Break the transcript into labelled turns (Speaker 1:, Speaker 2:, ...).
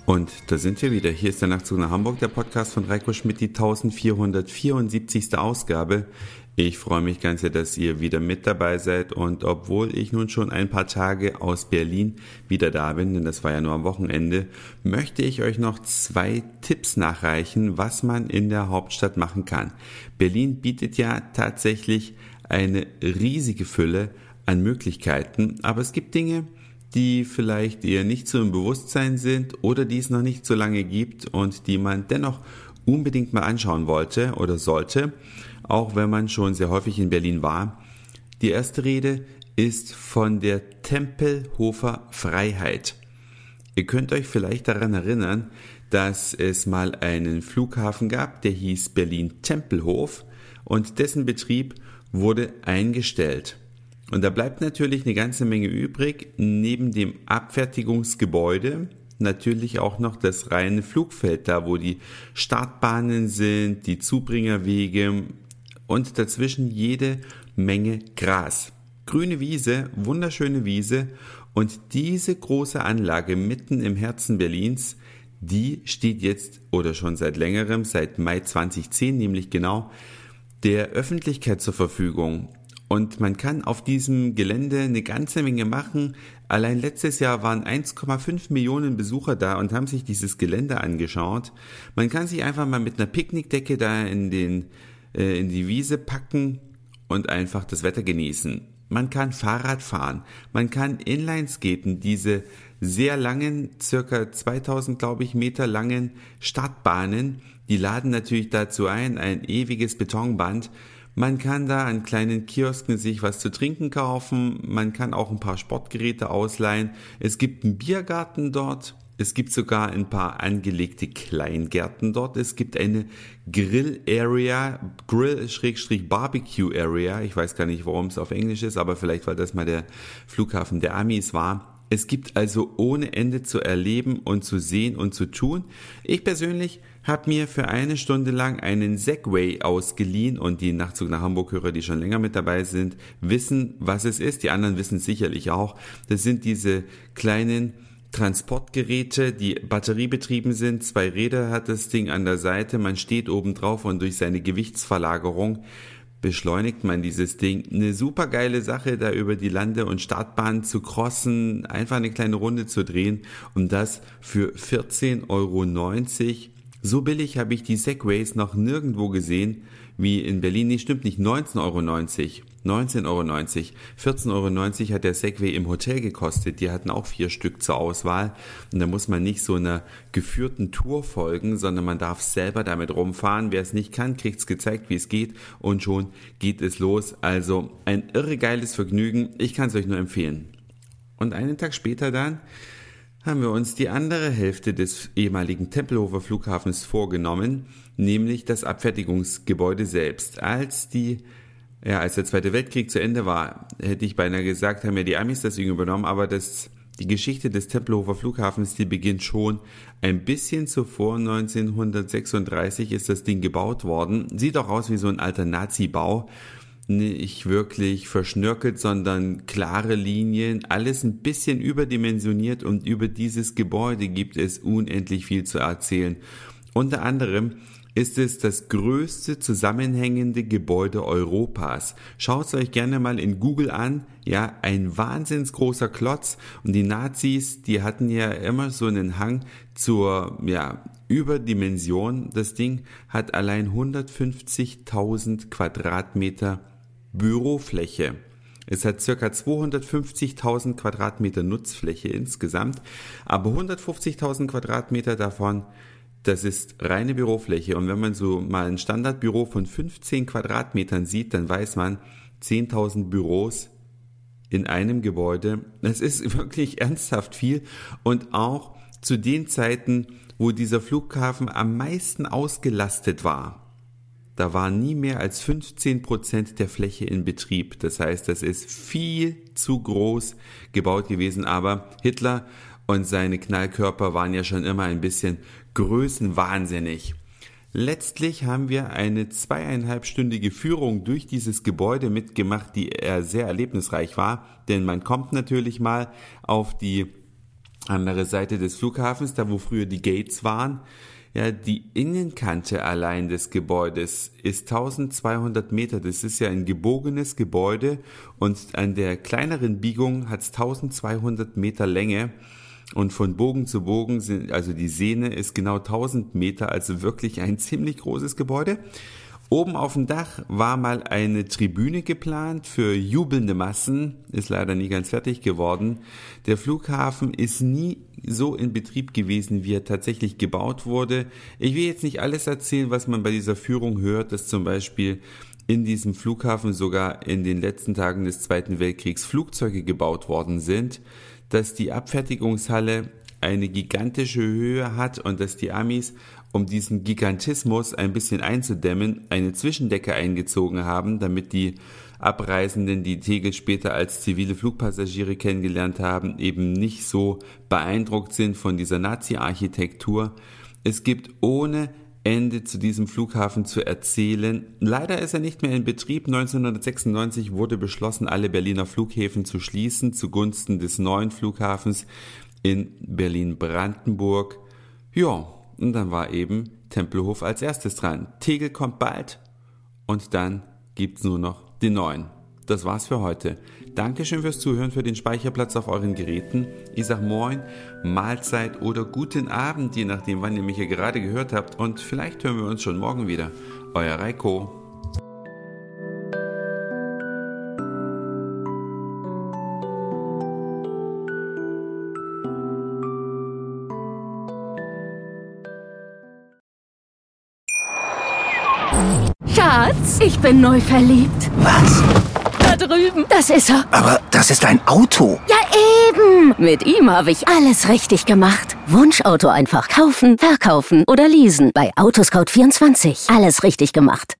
Speaker 1: Und da sind wir wieder. Hier ist der Nachtzug nach Hamburg, der Podcast von Reiko Schmidt, die 1474. Ausgabe. Ich freue mich ganz sehr, dass ihr wieder mit dabei seid. Und obwohl ich nun schon ein paar Tage aus Berlin wieder da bin, denn das war ja nur am Wochenende, möchte ich euch noch 2 Tipps nachreichen, was man in der Hauptstadt machen kann. Berlin bietet ja tatsächlich eine riesige Fülle an Möglichkeiten, aber es gibt Dinge, die vielleicht eher nicht so im Bewusstsein sind oder die es noch nicht so lange gibt und die man dennoch unbedingt mal anschauen wollte oder sollte, auch wenn man schon sehr häufig in Berlin war. Die erste Rede ist von der Tempelhofer Freiheit. Ihr könnt euch vielleicht daran erinnern, dass es mal einen Flughafen gab, der hieß Berlin-Tempelhof und dessen Betrieb wurde eingestellt. Und da bleibt natürlich eine ganze Menge übrig, neben dem Abfertigungsgebäude natürlich auch noch das reine Flugfeld, da wo die Startbahnen sind, die Zubringerwege und dazwischen jede Menge Gras. Grüne Wiese, wunderschöne Wiese und diese große Anlage mitten im Herzen Berlins, die steht jetzt oder schon seit längerem, seit Mai 2010 nämlich genau, der Öffentlichkeit zur Verfügung. Und man kann auf diesem Gelände eine ganze Menge machen. Allein letztes Jahr waren 1,5 Millionen Besucher da und haben sich dieses Gelände angeschaut. Man kann sich einfach mal mit einer Picknickdecke da in die Wiese packen und einfach das Wetter genießen. Man kann Fahrrad fahren, man kann Inlineskaten, diese sehr langen, circa 2000, glaube ich, Meter langen Startbahnen, die laden natürlich dazu ein ewiges Betonband. Man kann da an kleinen Kiosken sich was zu trinken kaufen, man kann auch ein paar Sportgeräte ausleihen, es gibt einen Biergarten dort, es gibt sogar ein paar angelegte Kleingärten dort, es gibt eine Grill-Area, Grill-Barbecue-Area, ich weiß gar nicht, warum es auf Englisch ist, aber vielleicht, weil das mal der Flughafen der Amis war. Es gibt also ohne Ende zu erleben und zu sehen und zu tun. Ich persönlich habe mir für eine Stunde lang einen Segway ausgeliehen und die Nachtzug nach Hamburg-Hörer, die schon länger mit dabei sind, wissen, was es ist. Die anderen wissen es sicherlich auch. Das sind diese kleinen Transportgeräte, die batteriebetrieben sind. 2 Räder hat das Ding an der Seite. Man steht oben drauf und durch seine Gewichtsverlagerung beschleunigt man dieses Ding. Eine super geile Sache, da über die Lande- und Startbahn zu crossen, einfach eine kleine Runde zu drehen und das für 14,90 €. So billig habe ich die Segways noch nirgendwo gesehen wie in Berlin. Nee, stimmt nicht, 19,90 €. 19,90 €. 14,90 € hat der Segway im Hotel gekostet. Die hatten auch 4 Stück zur Auswahl. Und da muss man nicht so einer geführten Tour folgen, sondern man darf selber damit rumfahren. Wer es nicht kann, kriegt es gezeigt, wie es geht. Und schon geht es los. Also ein irre geiles Vergnügen. Ich kann es euch nur empfehlen. Und einen Tag später dann haben wir uns die andere Hälfte des ehemaligen Tempelhofer Flughafens vorgenommen, nämlich das Abfertigungsgebäude selbst. Als der Zweite Weltkrieg zu Ende war, hätte ich beinahe gesagt, haben ja die Amis das übernommen, aber die Geschichte des Tempelhofer Flughafens, die beginnt schon ein bisschen zuvor. 1936 ist das Ding gebaut worden. Sieht auch aus wie so ein alter Nazi-Bau. Nicht wirklich verschnörkelt, sondern klare Linien, alles ein bisschen überdimensioniert und über dieses Gebäude gibt es unendlich viel zu erzählen. Unter anderem ist es das größte zusammenhängende Gebäude Europas. Schaut es euch gerne mal in Google an. Ja, ein wahnsinns großer Klotz. Und die Nazis, die hatten ja immer so einen Hang zur Überdimension. Das Ding hat allein 150.000 Quadratmeter Bürofläche. Es hat ca. 250.000 Quadratmeter Nutzfläche insgesamt, aber 150.000 Quadratmeter davon, das ist reine Bürofläche. Und wenn man so mal ein Standardbüro von 15 Quadratmetern sieht, dann weiß man, 10.000 Büros in einem Gebäude. Das ist wirklich ernsthaft viel. Und auch zu den Zeiten, wo dieser Flughafen am meisten ausgelastet war, da waren nie mehr als 15% der Fläche in Betrieb. Das heißt, das ist viel zu groß gebaut gewesen. Aber Hitler und seine Knallkörper waren ja schon immer ein bisschen größenwahnsinnig. Letztlich haben wir eine 2,5-stündige Führung durch dieses Gebäude mitgemacht, die sehr erlebnisreich war. Denn man kommt natürlich mal auf die Andere Seite des Flughafens, da wo früher die Gates waren. Ja, die Innenkante allein des Gebäudes ist 1200 Meter. Das ist ja ein gebogenes Gebäude und an der kleineren Biegung hat es 1200 Meter Länge. Und von Bogen zu Bogen sind, also die Sehne ist genau 1000 Meter, also wirklich ein ziemlich großes Gebäude. Oben auf dem Dach war mal eine Tribüne geplant für jubelnde Massen, ist leider nie ganz fertig geworden. Der Flughafen ist nie so in Betrieb gewesen, wie er tatsächlich gebaut wurde. Ich will jetzt nicht alles erzählen, was man bei dieser Führung hört, dass zum Beispiel in diesem Flughafen sogar in den letzten Tagen des Zweiten Weltkriegs Flugzeuge gebaut worden sind, dass die Abfertigungshalle eine gigantische Höhe hat und dass die Amis, um diesen Gigantismus ein bisschen einzudämmen, eine Zwischendecke eingezogen haben, damit die Abreisenden, die Tegel später als zivile Flugpassagiere kennengelernt haben, eben nicht so beeindruckt sind von dieser Nazi-Architektur. Es gibt ohne Ende zu diesem Flughafen zu erzählen. Leider ist er nicht mehr in Betrieb. 1996 wurde beschlossen, alle Berliner Flughäfen zu schließen zugunsten des neuen Flughafens in Berlin-Brandenburg. Ja, und dann war eben Tempelhof als erstes dran. Tegel kommt bald und dann gibt's nur noch den neuen. Das war's für heute. Dankeschön fürs Zuhören, für den Speicherplatz auf euren Geräten. Ich sag Moin, Mahlzeit oder guten Abend, je nachdem, wann ihr mich hier gerade gehört habt. Und vielleicht hören wir uns schon morgen wieder. Euer Reiko.
Speaker 2: Schatz, ich bin neu verliebt.
Speaker 3: Was?
Speaker 2: Da drüben. Das ist er.
Speaker 3: Aber das ist ein Auto.
Speaker 2: Ja, eben. Mit ihm habe ich alles richtig gemacht. Wunschauto einfach kaufen, verkaufen oder leasen. Bei Autoscout24. Alles richtig gemacht.